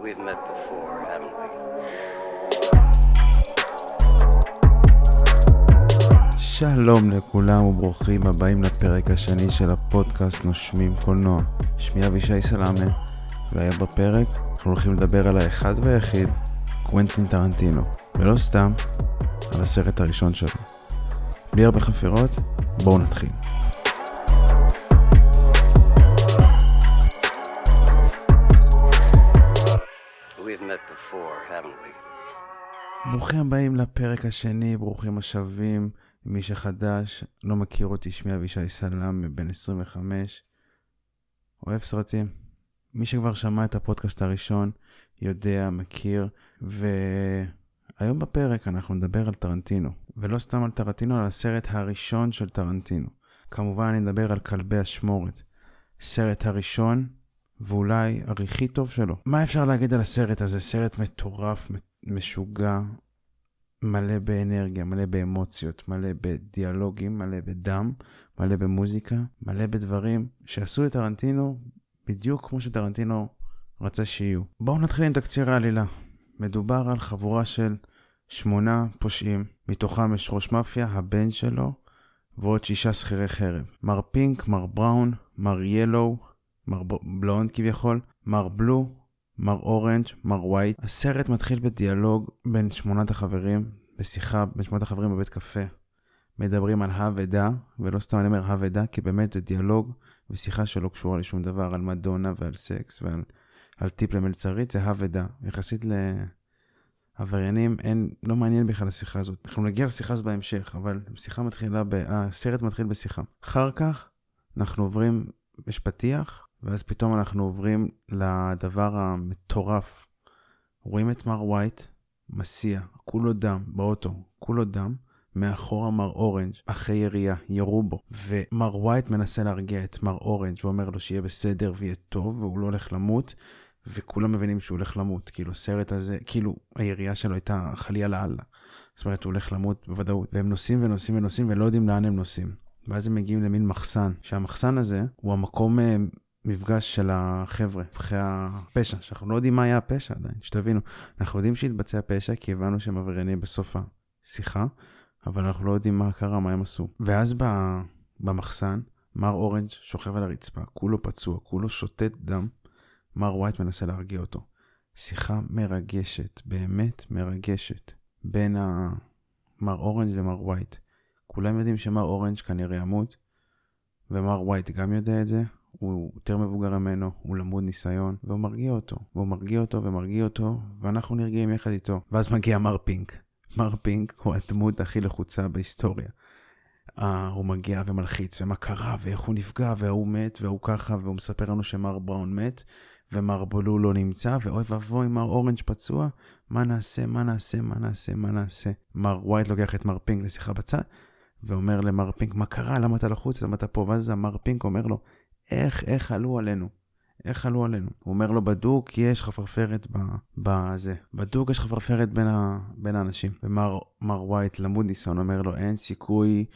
We've met before, haven't we? שלום לכולם וברוכים הבאים לפרק השני של הפודקאסט נושמים קולנוע. שמי אבישי סלאמה, והיום בפרק אנחנו הולכים לדבר על האחד והיחיד, קוונטין טרנטינו, ולא סתם על הסרט הראשון שלו. בלי הרבה חפירות, בואו נתחיל. We've met before, haven't we? ברוכים הבאים לפרק השני, ברוכים השבים. מי שחדש, לא מכיר אותי, שמי אבישי סלאמה, בן 25, אוהב סרטים. מי שכבר שמע את הפודקאסט הראשון, יודע, מכיר, והיום בפרק אנחנו נדבר על טרנטינו, ולא סתם על טרנטינו, על הסרט הראשון של טרנטינו. כמובן אני נדבר על כלבי אשמורת, סרט הראשון, ואולי הכי טוב שלו. מה אפשר להגיד על הסרט הזה? סרט מטורף, משוגע, מלא באנרגיה, מלא באמוציות, מלא בדיאלוגים, מלא בדם, מלא במוזיקה, מלא בדברים שעשו את טרנטינו בדיוק כמו שטרנטינו רצה שיהיו. בואו נתחיל עם תקציר העלילה. מדובר על חבורה של 8 פושעים, מתוכם יש ראש מאפיה, הבן שלו, ועוד 6 שכירי חרב. מר פינק, מר בראון, מר ילו, מר בלונד כביכול, מר בלו, מר אורנג', מר ווייט. הסרט מתחיל בדיאלוג בין 8 החברים, בשיחה בין 8 החברים בבית קפה. מדברים על הוודה, ולא סתם אני אומר הוודה, כי באמת זה דיאלוג ושיחה שלא קשורה לשום דבר, על מדונה ועל סקס ועל טיפ למלצרית, זה הוודה. יחסית לעבריינים, לא מעניין בכלל השיחה הזאת. אנחנו נגיע לשיחה הזאת בהמשך, אבל הסרט מתחיל בשיחה. אחר כך אנחנו עוברים, יש פתיח, ואז פתאום אנחנו עוברים לדבר המטורף. רואים את מר ווייט, מסיע, כולו דם, באוטו, כולו דם, מאחורה מר אורנג' אחרי ירייה, ירו בו. ומר ווייט מנסה להרגיע את מר אורנג' ואומר לו שיהיה בסדר ויהיה טוב, והוא לא הולך למות, וכולם מבינים שהוא הולך למות. כאילו סרט הזה, כאילו הירייה שלו הייתה חלי על העלה. זאת אומרת, הוא הולך למות בוודאות. והם נוסעים ונוסעים ונוסעים ולא יודעים לאן הם נוסעים. ואז הם מגיעים למין מחסן, שהמחסן הזה הוא המקום מפגש של החבר'ה, אחרי הפשע, שאנחנו לא יודעים מה היה הפשע עדיין, שתבינו. אנחנו יודעים שהתבצע פשע, כי הבנו שהם עבריינים בסוף השיחה, אבל אנחנו לא יודעים מה קרה, מה הם עשו. ואז במחסן, מר אורנג' שוכב על הרצפה, כולו פצוע, כולו שוטט דם, מר ווייט מנסה להרגיע אותו. שיחה מרגשת, באמת מרגשת, בין מר אורנג' למר ווייט. כולם יודעים שמר אורנג' כנראה ימות, ומר ווייט גם יודע את זה. הוא יותר מבוגר ממנו, הוא למוד ניסיון, והוא מרגיע אותו. והוא מרגיע אותו ומרגיע אותו, ואנחנו נרגעים יחד איתו. ואז מגיע מר פינק. מר פינק הוא הדמות הכי לחוצה בהיסטוריה. הוא מגיע ומלחיץ, ומה קרה, ואיך הוא נפגע, והוא מת, והוא ככה, והוא מספר לנו שמר בראון מת, ומר בלו לא נמצא, ואוי ואבוי, מר אורנג' פצוע, מה נעשה, מה נעשה, מה נעשה, מה נעשה. מר ווייט לוקח את מר פינק לשיחה בצד, ואומר למר פינק, מה קרה, למה אתה לחוץ, למה אתה פה? ואז מר פינק אומר לו, איך עלו עלינו? איך עלו עלינו? הוא אומר לו, בדוק יש חפרפרת בזה. בדוק יש חפרפרת בין האנשים. ומר ווייט למוד ניסיון אומר לו, אין סיכוי,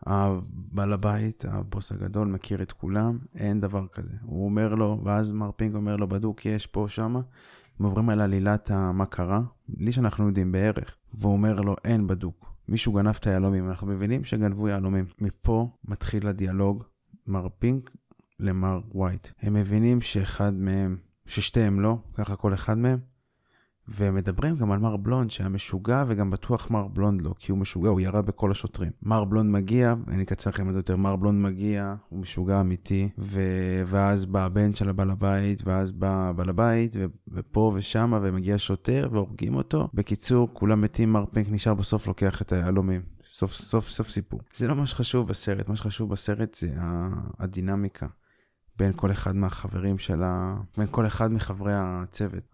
בעל הבית, הבוס הגדול, מכיר את כולם, אין דבר כזה. הוא אומר לו, ואז מר פינק אומר לו, בדוק יש פה שמה. הם עוברים על עלילת מה קרה, בלי שאנחנו יודעים בערך. והוא אומר לו, אין בדוק. מישהו גנב את היהלומים. אנחנו מבינים שגנבו יהלומים. מפה מתחיל הדיאלוג, מר פינק למר ווייט. הם מבינים שאחד מהם, ששתיהם לא, ככה כל אחד מהם, והם מדברים גם על מר בלונד שהיה משוגע, וגם בטוח מר בלונד לא, כי הוא משוגע, הוא ירה בכל השוטרים. מר בלונד מגיע, אני אקצר לכם את זה יותר, מר בלונד מגיע, הוא משוגע אמיתי, ואז בא הבן של הבעל הבית, ואז בא בעל הבית, ופה ושמה, ומגיע שוטר, והורגים אותו. בקיצור, כולם מתים, מר פינק נשאר בסוף, לוקח את היהלומים. סוף סיפור. זה לא מה שחשוב בסרט, מה שחשוב בסרט זה הדינמיקה. בין כל אחד מהחברים בין כל אחד מחברי הצוות.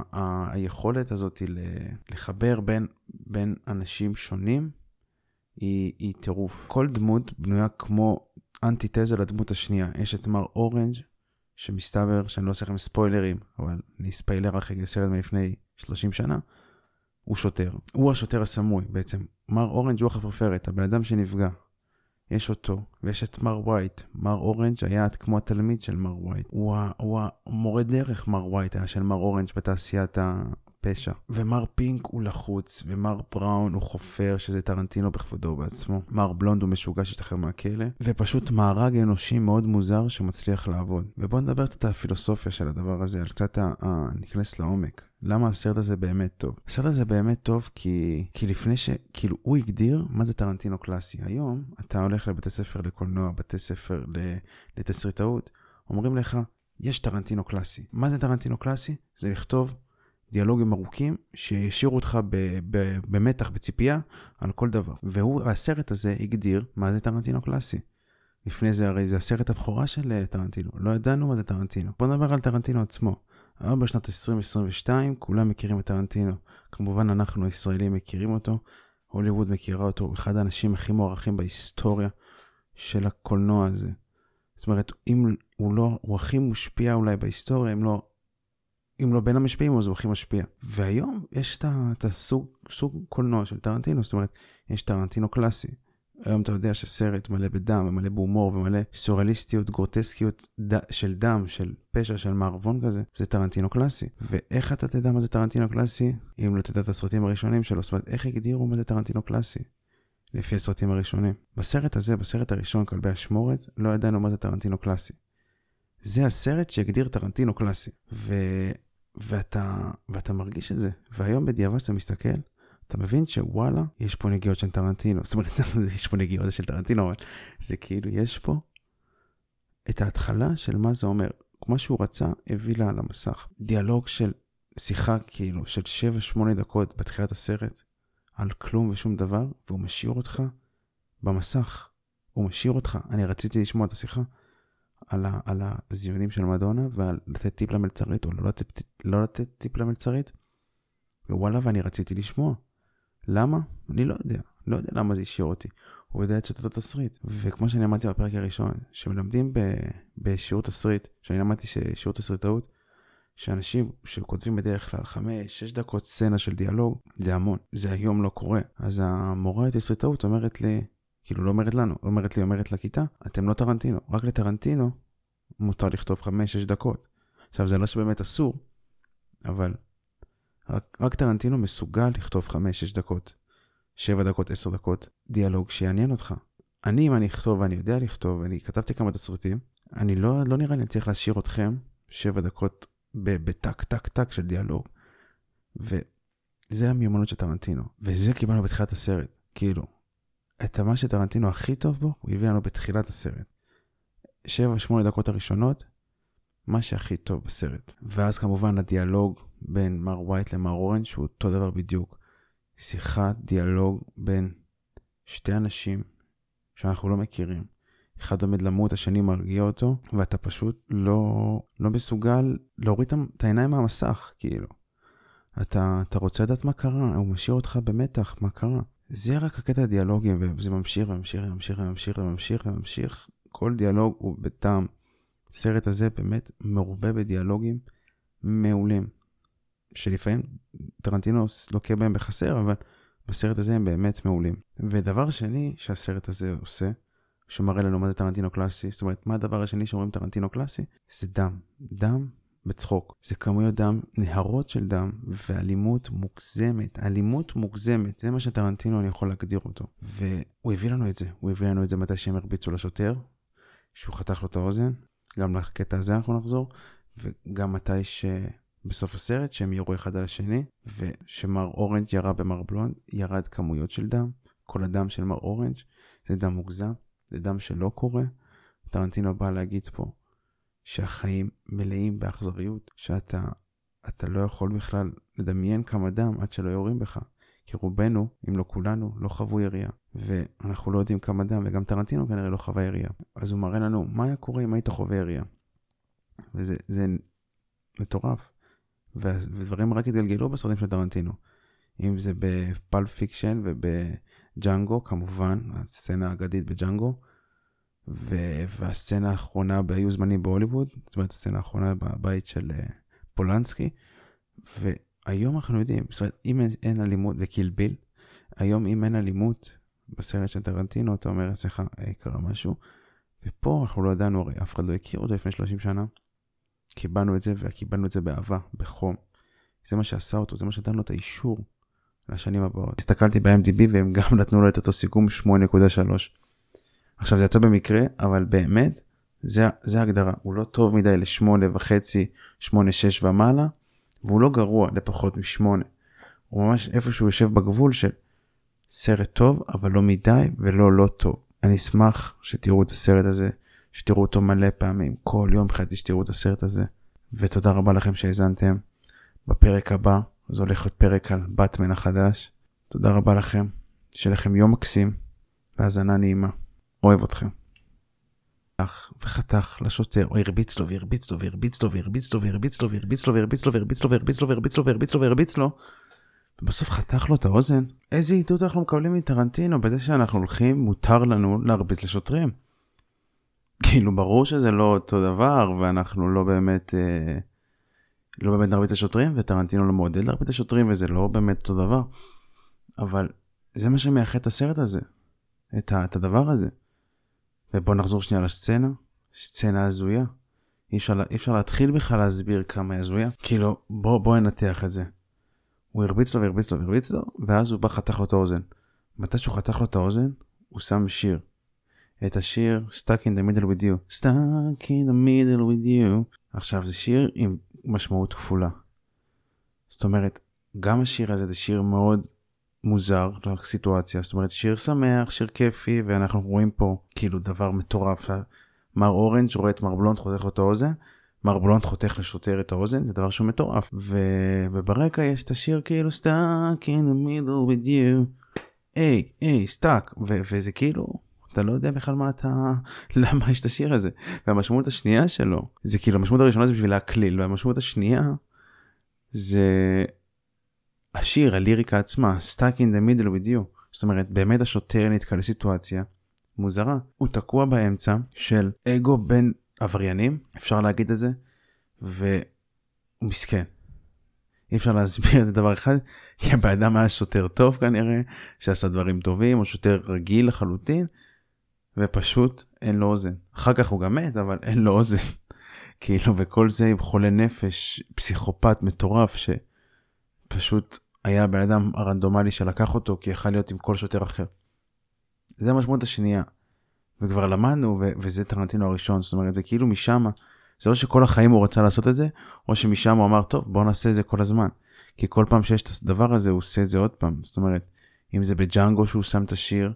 היכולת הזאת לחבר בין אנשים שונים היא טירוף. כל דמות בנויה כמו אנטיתזה לדמות השנייה. יש את מר אורנג' שמסתבר, שאני לא עושה לכם ספוילרים, אבל אני ספיילר אחרי סרט מלפני 30 שנה, הוא שוטר. הוא השוטר הסמוי בעצם. מר אורנג' הוא החפרפרת, הבן אדם שנפגע. יש אותו, ויש את מר ווייט. מר אורנג' היה כמו התלמיד של מר ווייט. הוא המורה דרך מר ווייט היה של מר אורנג' בתעשיית הפשע. ומר פינק הוא לחוץ, ומר בראון הוא חופר, שזה טרנטינו בכבודו בעצמו. מר בלונד הוא משוגע שהשתחרר מהכלא, ופשוט מארג אנושי מאוד מוזר שמצליח לעבוד. ובואו נדבר קצת על הפילוסופיה של הדבר הזה, על קצת נכנס לעומק. למה הסרט הזה באמת טוב? הסרט הזה באמת טוב כי לפני כאילו הוא הגדיר מה זה טרנטינו קלאסי. היום אתה הולך לבתי ספר לקולנוע, בתי ספר לתסריטאות, אומרים לך, יש טרנטינו קלאסי. מה זה טרנטינו קלאסי? זה לכתוב דיאלוגים ארוכים שישאירו אותך במתח, בציפייה, על כל דבר. והסרט הזה הגדיר מה זה טרנטינו קלאסי. לפני זה הרי זה הסרט הבכורה של טרנטינו. לא ידענו מה זה טרנטינו. בוא נדבר על טרנטינו עצמו. אבל בשנת 2022 כולם מכירים את טרנטינו. כמובן אנחנו הישראלים מכירים אותו. הוליווד מכירה אותו. הוא אחד האנשים הכי מוערכים בהיסטוריה של הקולנוע הזה. זאת אומרת, אם הוא הכי מושפיע אולי בהיסטוריה, אם לא בין המשפיעים, אז הוא הכי משפיע. והיום יש את הסוג קולנוע של טרנטינו. זאת אומרת, יש טרנטינו קלאסי. היום אתה יודע שסרט מלא בדם, ומלא בהומור, ומלא סוריאליסטיות, גרוטסקיות של דם, של פשע, של מערבון כזה, זה טרנטינו קלאסי. ואיך אתה תדע מה זה טרנטינו קלאסי, אם לא תדע את הסרטים הראשונים שלו? זאת אומרת, איך הגדירו מה זה טרנטינו קלאסי? לפי הסרטים הראשונים. בסרט הזה, בסרט הראשון, כלבי השמורת, לא ידענו מה זה טרנטינו קלאסי. זה הסרט שהגדיר טרנטינו קלאסי. ואתה מרגיש את זה. והיום בדיעבד שאתה מסתכל, אתה מבין שוואלה, יש פה נגיעות של טרנטינו. זאת אומרת, יש פה נגיעות של טרנטינו, אבל זה כאילו, יש פה את ההתחלה של מה זה אומר. כמו שהוא רצה, הביא לה על המסך. דיאלוג של שיחה, כאילו, של 7-8 דקות בתחילת הסרט, על כלום ושום דבר, והוא משאיר אותך במסך. הוא משאיר אותך. אני רציתי לשמוע את השיחה על הזיונים של מדונה, ועל לתת טיפ למלצרית, או לא לתת טיפ למלצרית. ווואלה, ואני רציתי לשמוע. למה? אני לא יודע. לא יודע למה זה השאיר אותי. הוא יודע את שתות התסריט. וכמו שאני אמרתי בפרק הראשון, שמלמדים בשיעור תסריט, שאני למדתי ששיעור תסריטאות, שאנשים שכותבים בדרך כלל 5-6 דקות סצנה של דיאלוג, זה המון. זה היום לא קורה. אז המורה לתסריטאות אומרת לי, כאילו לא אומרת לנו, אומרת לכיתה, אתם לא טרנטינו. רק לטרנטינו מותר לכתוב 5-6 דקות. עכשיו זה לא שבאמת אסור, אבל רק טרנטינו מסוגל לכתוב 5-6 דקות, 7 דקות, 10 דקות, דיאלוג שיעניין אותך. אם אני אכתוב ואני יודע לכתוב, אני כתבתי כמה תסריטים, אני לא נראה לי צריך להשאיר אתכם 7 דקות בטק, טק, טק של דיאלוג. וזה המיומנות של טרנטינו. וזה קיבלנו בתחילת הסרט. כאילו, את מה שטרנטינו הכי טוב בו, הוא הביא לנו בתחילת הסרט. 7-8 דקות הראשונות, מה שהכי טוב בסרט. ואז כמובן הדיאלוג בין מר ווייט למר אורנג' שהוא אותו דבר בדיוק. שיחת דיאלוג בין שתי אנשים שאנחנו לא מכירים. אחד עומד למות, השני מרגיע אותו, ואתה פשוט לא מסוגל להוריד את העיניים מהמסך, כאילו. אתה רוצה לדעת מה קרה, הוא משאיר אותך במתח, מה קרה. זה רק הקטע הדיאלוגים, וזה ממשיך וממשיך וממשיך וממשיך וממשיך וממשיך. כל דיאלוג הוא בטעם. הסרט הזה באמת מרובה בדיאלוגים מעולים. שלפעמים טרנטינו לוקה בהם בחסר, אבל בסרט הזה הם באמת מעולים. ודבר שני שהסרט הזה עושה, שמראה לנו מה זה טרנטינו קלאסי, זאת אומרת, מה הדבר השני שאומרים טרנטינו קלאסי? זה דם. דם בצחוק. זה כמויות דם, נהרות של דם, ואלימות מוגזמת. אלימות מוגזמת. זה מה שטרנטינו אני יכול להגדיר אותו. והוא הביא לנו את זה. הוא הביא לנו את זה מתי שהם הרביצו לשוטר, שהוא חתך לו את האוזן. גם לקטע הזה אנחנו נחזור. וגם מתי בסוף הסרט שהם ירו אחד על השני, ושמר אורנג' ירה במר בלונד, ירד כמויות של דם. כל הדם של מר אורנג' זה דם מוגזם. זה דם שלא קורה. טרנטינו בא להגיד פה שהחיים מלאים באכזריות, שאתה לא יכול בכלל לדמיין כמה דם עד שלא יורים בך. כי רובנו, אם לא כולנו, לא חוו ירייה. ואנחנו לא יודעים כמה דם, וגם טרנטינו כנראה לא חווה ירייה. אז הוא מראה לנו מה היה קורה אם היית חווה ירייה. וזה מטורף. ודברים רק התגלגלו בסרטים של טרנטינו. אם זה בפולפ פיקשן ובג'אנגו, כמובן, הסצנה האגדית בג'אנגו, והסצנה האחרונה בהיו זמנים בהוליווד, זאת אומרת, הסצנה האחרונה בבית של פולנסקי, והיום אנחנו יודעים, זאת אומרת, אם אין אלימות וקיל ביל, היום אם אין אלימות בסרט של טרנטינו, אתה אומר אצלך, קרה משהו, ופה אנחנו לא ידענו, הרי אף אחד לא הכיר אותו לפני 30 שנה, קיבלנו את זה, וקיבלנו את זה באהבה, בחום. זה מה שעשה אותו, זה מה שנתן לו את האישור לשנים הבאות. הסתכלתי ב-IMDb והם גם נתנו לו את אותו סיכום 8.3. עכשיו זה יצא במקרה, אבל באמת, זה ההגדרה. הוא לא טוב מדי ל8.5, 8.6 ומעלה, והוא לא גרוע לפחות מ8. הוא ממש איפשהו יושב בגבול של סרט טוב, אבל לא מדי ולא טוב. אני אשמח שתראו את הסרט הזה, שתראו אותו מלא פעמים, כל יום בחייתי שתראו את הסרט הזה. ותודה רבה לכם שהאזנתם. בפרק הבא, זה הולך להיות פרק על באטמן החדש. תודה רבה לכם, שיהיה לכם יום מקסים, והאזנה נעימה. אוהב אתכם. וחתך לשוטר, או הרביץ לו, והרביץ לו, והרביץ לו, והרביץ לו, והרביץ לו, והרביץ לו, והרביץ לו, והרביץ לו, והרביץ לו, והרביץ לו, והרביץ לו, והרביץ לו, ובסוף חתך לו את האוזן. איזה עידוד אנחנו מקבלים מטרנטינו, בזה שאנחנו הולכים, מותר לנו להרביץ לשוטרים. כאילו ברור שזה לא אותו דבר, ואנחנו לא באמת נרביץ לשוטרים, וטרנטינו לא מעודד להרביץ לשוטרים, וזה לא באמת אותו דבר. אבל זה מה שמייחד את הסרט הזה, את הדבר הזה. ובוא נחזור שנייה לסצנה, סצנה הזויה. אי אפשר להתחיל בכלל להסביר כמה היא הזויה. כאילו, בוא ננתח את זה. הוא הרביץ לו והרביץ לו והרביץ לו, ואז הוא בא חתך לו את האוזן. מתי שהוא חתך לו את האוזן, הוא שם שיר. את השיר Stuck in the middle with you. Stuck in the middle with you. עכשיו זה שיר עם משמעות כפולה. זאת אומרת, גם השיר הזה זה שיר מאוד מוזר לסיטואציה. זאת אומרת, שיר שמח, שיר כיפי, ואנחנו רואים פה כאילו דבר מטורף. מר אורנג' רואה את מר בלונד חותך לו את האוזן, מר בלונד חותך לשוטר את האוזן, זה דבר שהוא מטורף. וברקע יש את השיר כאילו Stuck in the middle with you. היי, stuck. וזה כאילו, אתה לא יודע בכלל למה יש את השיר הזה. והמשמעות השנייה שלו, זה כאילו, המשמעות הראשונה זה בשביל להקליל, והמשמעות השנייה זה השיר, הליריקה עצמה, Stuck in the middle with you. זאת אומרת, באמת השוטר נתקע לסיטואציה מוזרה. הוא תקוע באמצע של אגו בין עבריינים, אפשר להגיד את זה, והוא מסכן. אי אפשר להסביר את זה דבר אחד, כי הבאדם היה שוטר טוב כנראה, שעשה דברים טובים, או שוטר רגיל לחלוטין, ופשוט אין לו אוזן. אחר כך הוא גם מת, אבל אין לו אוזן. כאילו, וכל זה עם חולה נפש, פסיכופת מטורף, שפשוט היה בן אדם הרנדומלי שלקח אותו, כי יכל להיות עם כל שוטר אחר. זה המשמעות השנייה. וכבר למדנו, וזה טרנטינו הראשון, זאת אומרת, זה כאילו משם, זה לא שכל החיים הוא רצה לעשות את זה, או שמשם הוא אמר, טוב, בוא נעשה את זה כל הזמן. כי כל פעם שיש את הדבר הזה, הוא עושה את זה עוד פעם. זאת אומרת, אם זה בג'אנגו שהוא שם את השיר,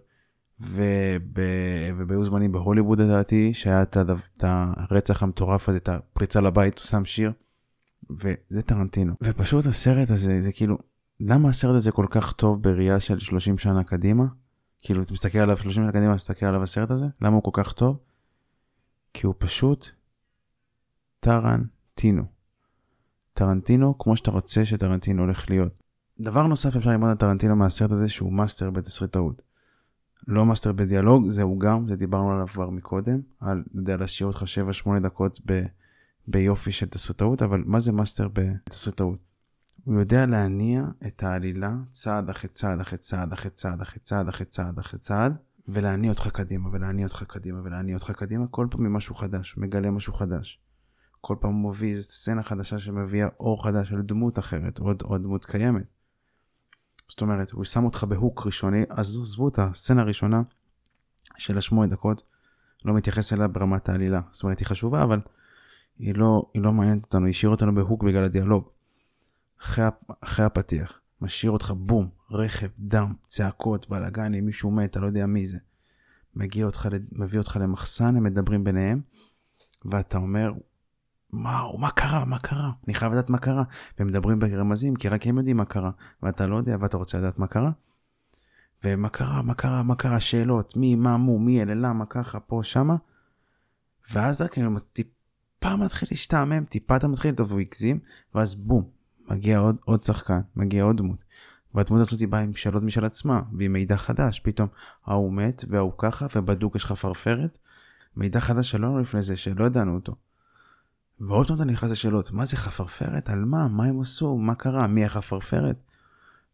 וביו זמנים בהוליווד לדעתי, שהיה את הרצח המטורף הזה, את הפריצה לבית, הוא שם שיר, וזה טרנטינו. ופשוט הסרט הזה, זה כאילו, למה הסרט הזה כל כך טוב בראייה של 30 שנה קדימה? כאילו, אתה מסתכל עליו 30 שנה קדימה, מסתכל עליו הסרט הזה? למה הוא כל כך טוב? כי הוא פשוט טרנטינו. טרנטינו כמו שאתה רוצה שטרנטינו הולך להיות. דבר נוסף אפשר ללמוד על טרנטינו מהסרט הזה שהוא מאסטר בתסריטאות. לא מאסטר בדיאלוג, זהו גם, זה דיברנו עליו כבר מקודם, יודע להשאיר אותך 7-8 דקות ביופי של תסריטאות, אבל מה זה מאסטר בתסריטאות? הוא יודע להניע את העלילה צעד אחרי צעד אחרי צעד אחרי צעד אחרי צעד אחרי צעד אחרי צעד, ולהניע אותך קדימה ולהניע אותך קדימה ולהניע אותך קדימה, כל פעם ממשהו חדש, הוא מגלה משהו חדש. כל פעם הוא מביא איזו סצנה חדשה שמביאה אור חדש על דמות אחרת, או דמות קיימת. זאת אומרת, הוא שם אותך בהוק ראשוני, אז עזבו את הסצנה הראשונה של 8 דקות, לא מתייחס אליה ברמת העלילה. זאת אומרת, היא חשובה, אבל היא לא מעניינת אותנו, היא השאיר אותנו בהוק בגלל הדיאלוג. אחרי הפתיח, משאיר אותך בום, רכב, דם, צעקות, בלגן, אם מישהו מת, אתה לא יודע מי זה. מביא אותך למחסן, הם מדברים ביניהם, ואתה אומר, מה קרה? אני חייב לדעת מה קרה. והם מדברים ברמזים, כי רק הם יודעים מה קרה. ואתה לא יודע, ואתה רוצה לדעת מה קרה. ומה קרה, שאלות, מי, מה, מו, מי, אלה, למה, ככה, פה, שמה. ואז אתה כאילו טיפה מתחיל להשתעמם, טיפה אתה מתחיל טוב, הוא הגזים, ואז בום, מגיע עוד שחקן, מגיע עוד דמות. והדמות הזאת היא באה עם שאלות משל עצמה, והיא מידע חדש, פתאום ההוא מת, והוא ככה, ובדוק יש לך פרפרת. מידע חדש שלא לפני זה, שלא ידענו אותו. ועוד פעם אתה נכנס לשאלות, מה זה חפרפרת? על מה? מה הם עשו? מה קרה? מי החפרפרת?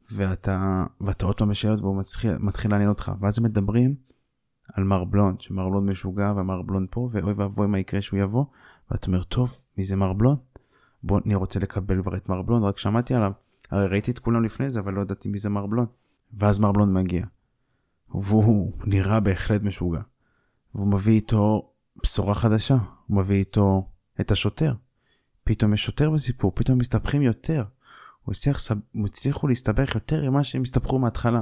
ואתה עוד פעם בשאלות והוא מתחיל לעניין אותך. ואז הם מדברים על מר בלונד, שמר בלונד משוגע ומר בלונד פה, ואוי ואבוי מה יקרה שהוא יבוא, ואתה אומר, טוב, מי זה מר בלונד? בוא, אני רוצה לקבל כבר את מר בלונד, רק שמעתי עליו. הרי ראיתי את כולם לפני זה, אבל לא ידעתי מי זה מר בלונד. ואז מר בלונד מגיע. והוא נראה בהחלט משוגע. והוא מביא איתו בשורה חדשה. הוא מביא איתו את השוטר. פתאום יש שוטר בסיפור, פתאום מסתבכים יותר. הצליחו להסתבך יותר ממה שהם הסתבכו מההתחלה.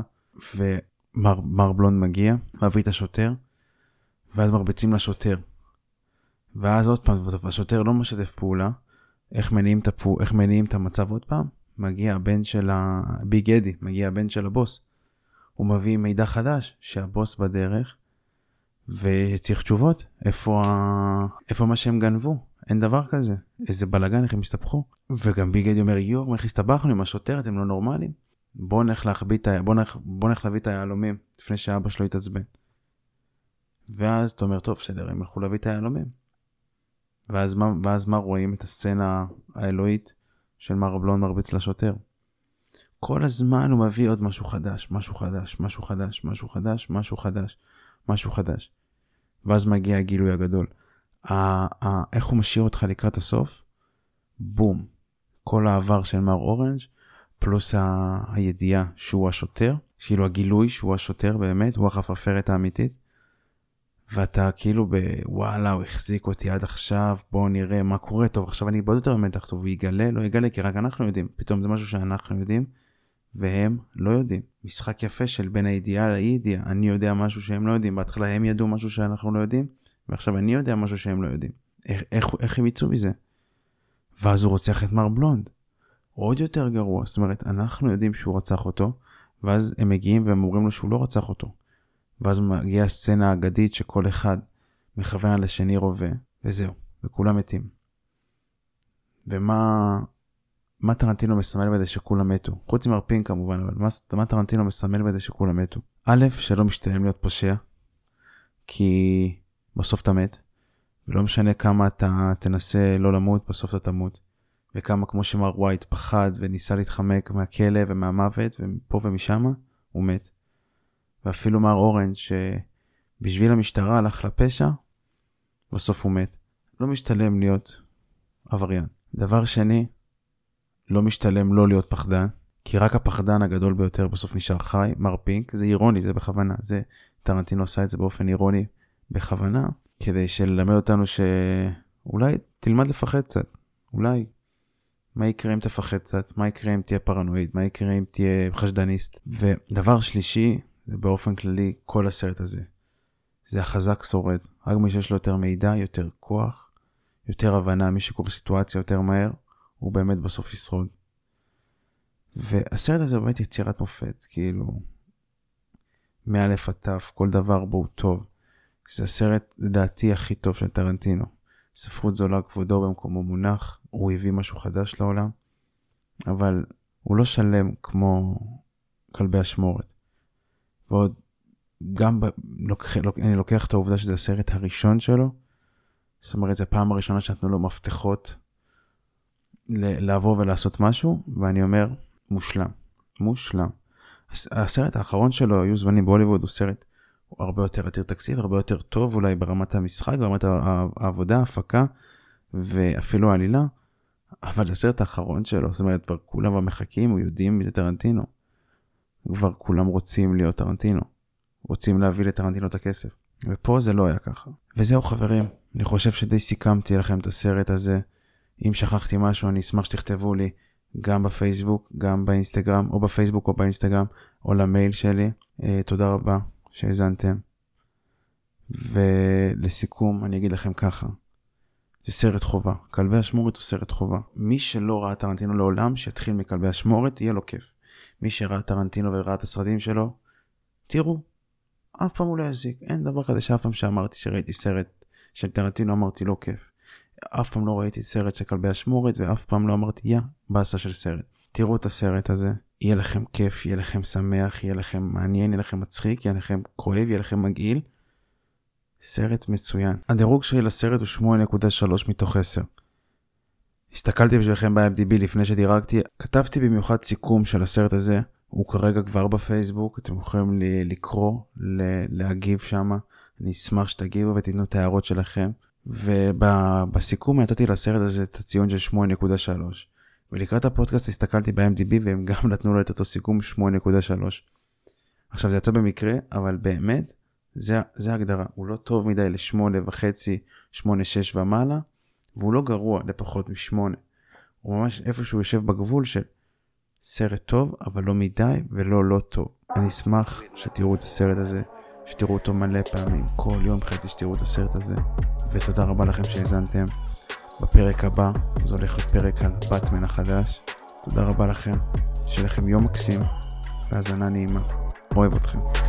ומר בלונד מגיע, מביא את השוטר, ואז מרבצים לשוטר. ואז עוד פעם, השוטר לא משתף פעולה. איך מניעים את המצב עוד פעם? מגיע הבן של ביג אדי, מגיע הבן של הבוס. הוא מביא מידע חדש, שהבוס בדרך, וצריך תשובות. איפה מה שהם גנבו? אין דבר כזה. איזה בלגן, איך הם הסתבכו. וגם ביג אדי אומר, יור, איך הסתבכנו עם השוטר, אתם לא נורמלים. בוא נלך להביא את היהלומים, לפני שאבא שלו יתעצבן. ואז אתה אומר, טוב, בסדר, הם הלכו להביא את היהלומים. ואז מה רואים? את הסצנה האלוהית של מר בלונד מרביץ לשוטר. כל הזמן הוא מביא עוד משהו חדש, משהו חדש, משהו חדש, משהו חדש, משהו חדש, משהו חדש. ואז מגיע הגילוי הגדול. איך הוא משאיר אותך לקראת הסוף? בום. כל העבר של מר אורנג' פלוס הידיעה שהוא השוטר, כאילו הגילוי שהוא השוטר באמת, הוא החפפרת האמיתית. ואתה כאילו וואלה, הוא החזיק אותי עד עכשיו, בואו נראה מה קורה, טוב, עכשיו אני בעוד יותר במתח, טוב, הוא יגלה, לא יגלה, כי רק אנחנו יודעים, פתאום זה משהו שאנחנו יודעים, והם לא יודעים. משחק יפה של בין הידיעה לאי ידיעה, אני יודע משהו שהם לא יודעים, בהתחלה הם ידעו משהו שאנחנו לא יודעים, ועכשיו אני יודע משהו שהם לא יודעים. איך הם יצאו מזה? ואז הוא רוצח את מר בלונד. עוד יותר גרוע, זאת אומרת, אנחנו יודעים שהוא רצח אותו, ואז הם מגיעים והם אומרים לו שהוא לא רצח אותו. ואז מגיעה הסצנה האגדית שכל אחד מכוון על השני רובה, וזהו, וכולם מתים. ומה טרנטינו מסמל בזה שכולם מתו? חוץ מרפין כמובן, אבל מה טרנטינו מסמל בזה שכולם מתו? א', שלא משתלם להיות פושע, כי בסוף אתה מת, ולא משנה כמה אתה תנסה לא למות, בסוף אתה תמות. וכמה כמו שמר ווייט פחד וניסה להתחמק מהכלא ומהמוות, ומפה ומשם, הוא מת. ואפילו מר אורנג' שבשביל המשטרה הלך לפשע, בסוף הוא מת. לא משתלם להיות עבריין. דבר שני, לא משתלם לא להיות פחדן, כי רק הפחדן הגדול ביותר בסוף נשאר חי. מר פינק, זה אירוני, זה בכוונה. טרנטינו עשה את זה באופן אירוני בכוונה, כדי שללמד אותנו שאולי תלמד לפחד קצת. אולי. מה יקרה אם תפחד קצת? מה יקרה אם תהיה פרנואיד? מה יקרה אם תהיה חשדניסט? ודבר שלישי, זה באופן כללי כל הסרט הזה. זה החזק שורד. רק מי שיש לו יותר מידע, יותר כוח, יותר הבנה, מי שקורא סיטואציה יותר מהר, הוא באמת בסוף ישרוד. והסרט הזה באמת יצירת מופת, כאילו, מאלף עד תף, כל דבר בו הוא טוב. זה הסרט לדעתי הכי טוב של טרנטינו. ספרות זולה כבודו במקומו מונח, הוא הביא משהו חדש לעולם, אבל הוא לא שלם כמו כלבי השמורת. ועוד גם אני לוקח את העובדה שזה הסרט הראשון שלו, זאת אומרת, זה הפעם הראשונה שנתנו לו מפתחות לעבור ולעשות משהו, ואני אומר, מושלם, מושלם. הסרט האחרון שלו, היו זמנים בהוליווד, הוא סרט הרבה יותר עתיר תקציב, הרבה יותר טוב, אולי ברמת המשחק, ברמת העבודה, ההפקה, ואפילו העלילה, אבל הסרט האחרון שלו, זאת אומרת, כבר כולם המחכים, הוא יודעים מי זה טרנטינו. כבר כולם רוצים להיות טרנטינו. רוצים להביא לטרנטינו את הכסף. ופה זה לא היה ככה. וזהו חברים, אני חושב שדי סיכמתי לכם את הסרט הזה. אם שכחתי משהו, אני אשמח שתכתבו לי גם בפייסבוק, גם באינסטגרם, או בפייסבוק או באינסטגרם, או למייל שלי. תודה רבה שהזנתם. ולסיכום, אני אגיד לכם ככה. זה סרט חובה. כלבי השמורת הוא סרט חובה. מי שלא ראה טרנטינו לעולם, שיתחיל מכלבי השמורת, יהיה לו כיף. מי שראה טרנטינו וראה את הסרטים שלו, תראו, אף פעם הוא לא יזיק. אין דבר כזה שאף פעם שאמרתי שראיתי סרט של טרנטינו, אמרתי לא כיף. אף פעם לא ראיתי סרט של כלבי השמורת, ואף פעם לא אמרתי, באסה של סרט. תראו את הסרט הזה, יהיה לכם כיף, יהיה לכם שמח, יהיה לכם מעניין, יהיה לכם מצחיק, יהיה לכם כואב, יהיה לכם מגעיל. סרט מצוין. הדירוג שלי לסרט הוא 8.3 מתוך 10. הסתכלתי בשבילכם ב-IMDb לפני שדירגתי, כתבתי במיוחד סיכום של הסרט הזה, הוא כרגע כבר בפייסבוק, אתם יכולים לקרוא, להגיב שם, אני אשמח שתגיבו ותיתנו את ההערות שלכם, ובסיכום נתתי לסרט הזה את הציון של 8.3, ולקראת הפודקאסט הסתכלתי ב-IMDb והם גם נתנו לו את אותו סיכום 8.3. עכשיו זה יצא במקרה, אבל באמת זה ההגדרה, הוא לא טוב מדי ל8.5, 8.6 ומעלה, והוא לא גרוע לפחות מ8, הוא ממש איפשהו יושב בגבול של סרט טוב, אבל לא מדי ולא טוב. אני אשמח שתראו את הסרט הזה, שתראו אותו מלא פעמים, כל יום חייתי שתראו את הסרט הזה, ותודה רבה לכם שהזנתם. בפרק הבא, זה הולך להיות פרק על באטמן החדש. תודה רבה לכם, שיהיה לכם יום מקסים, והזנה נעימה. אוהב אתכם.